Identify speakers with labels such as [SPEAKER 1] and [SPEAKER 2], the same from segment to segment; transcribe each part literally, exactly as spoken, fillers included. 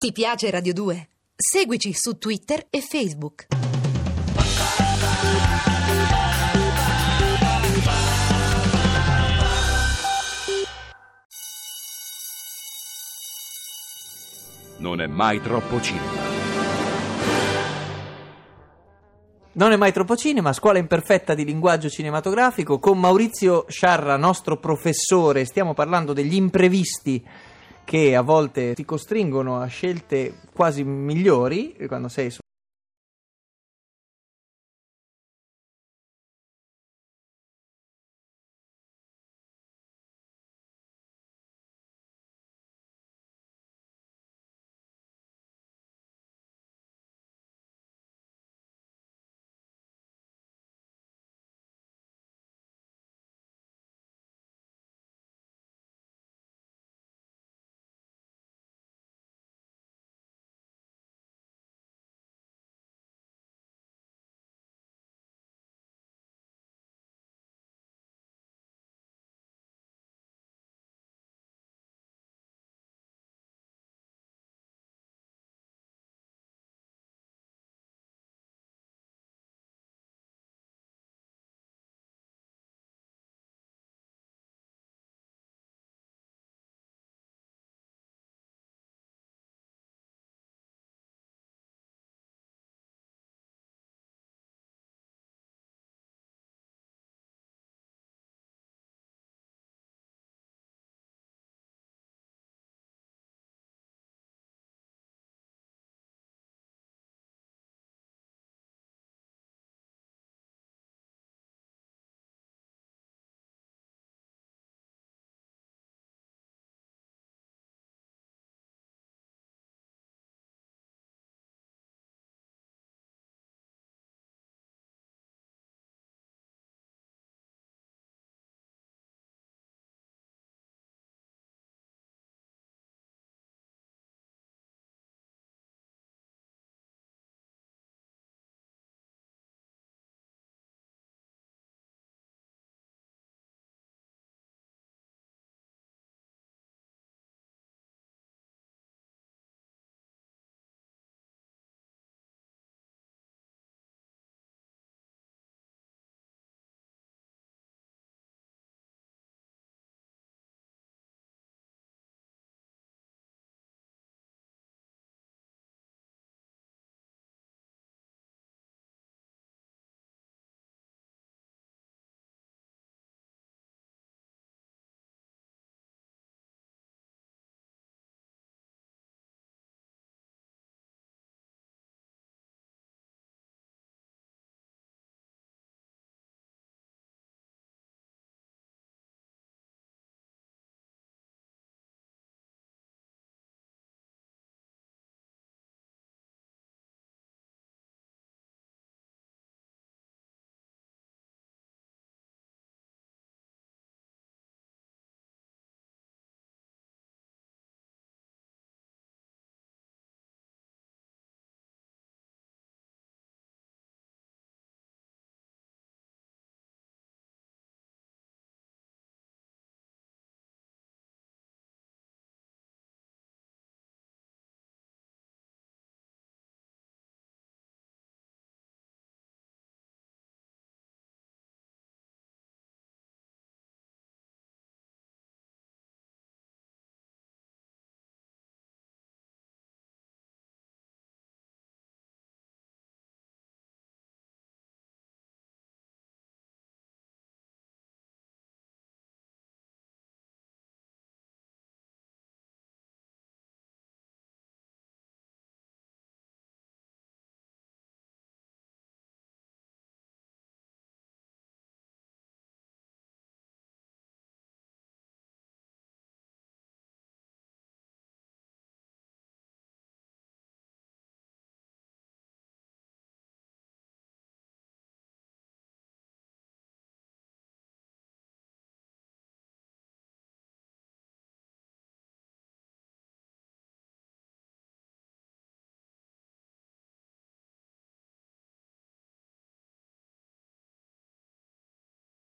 [SPEAKER 1] Ti piace Radio due? Seguici su Twitter e Facebook.
[SPEAKER 2] Non è mai troppo cinema.
[SPEAKER 3] Non è mai troppo cinema, scuola imperfetta di linguaggio cinematografico con Maurizio Sciarra, nostro professore. Stiamo parlando degli imprevisti che a volte ti costringono a scelte quasi migliori quando sei su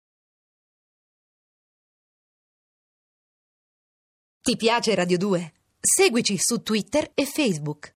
[SPEAKER 1] Ti piace Radio due? Seguici su Twitter e Facebook.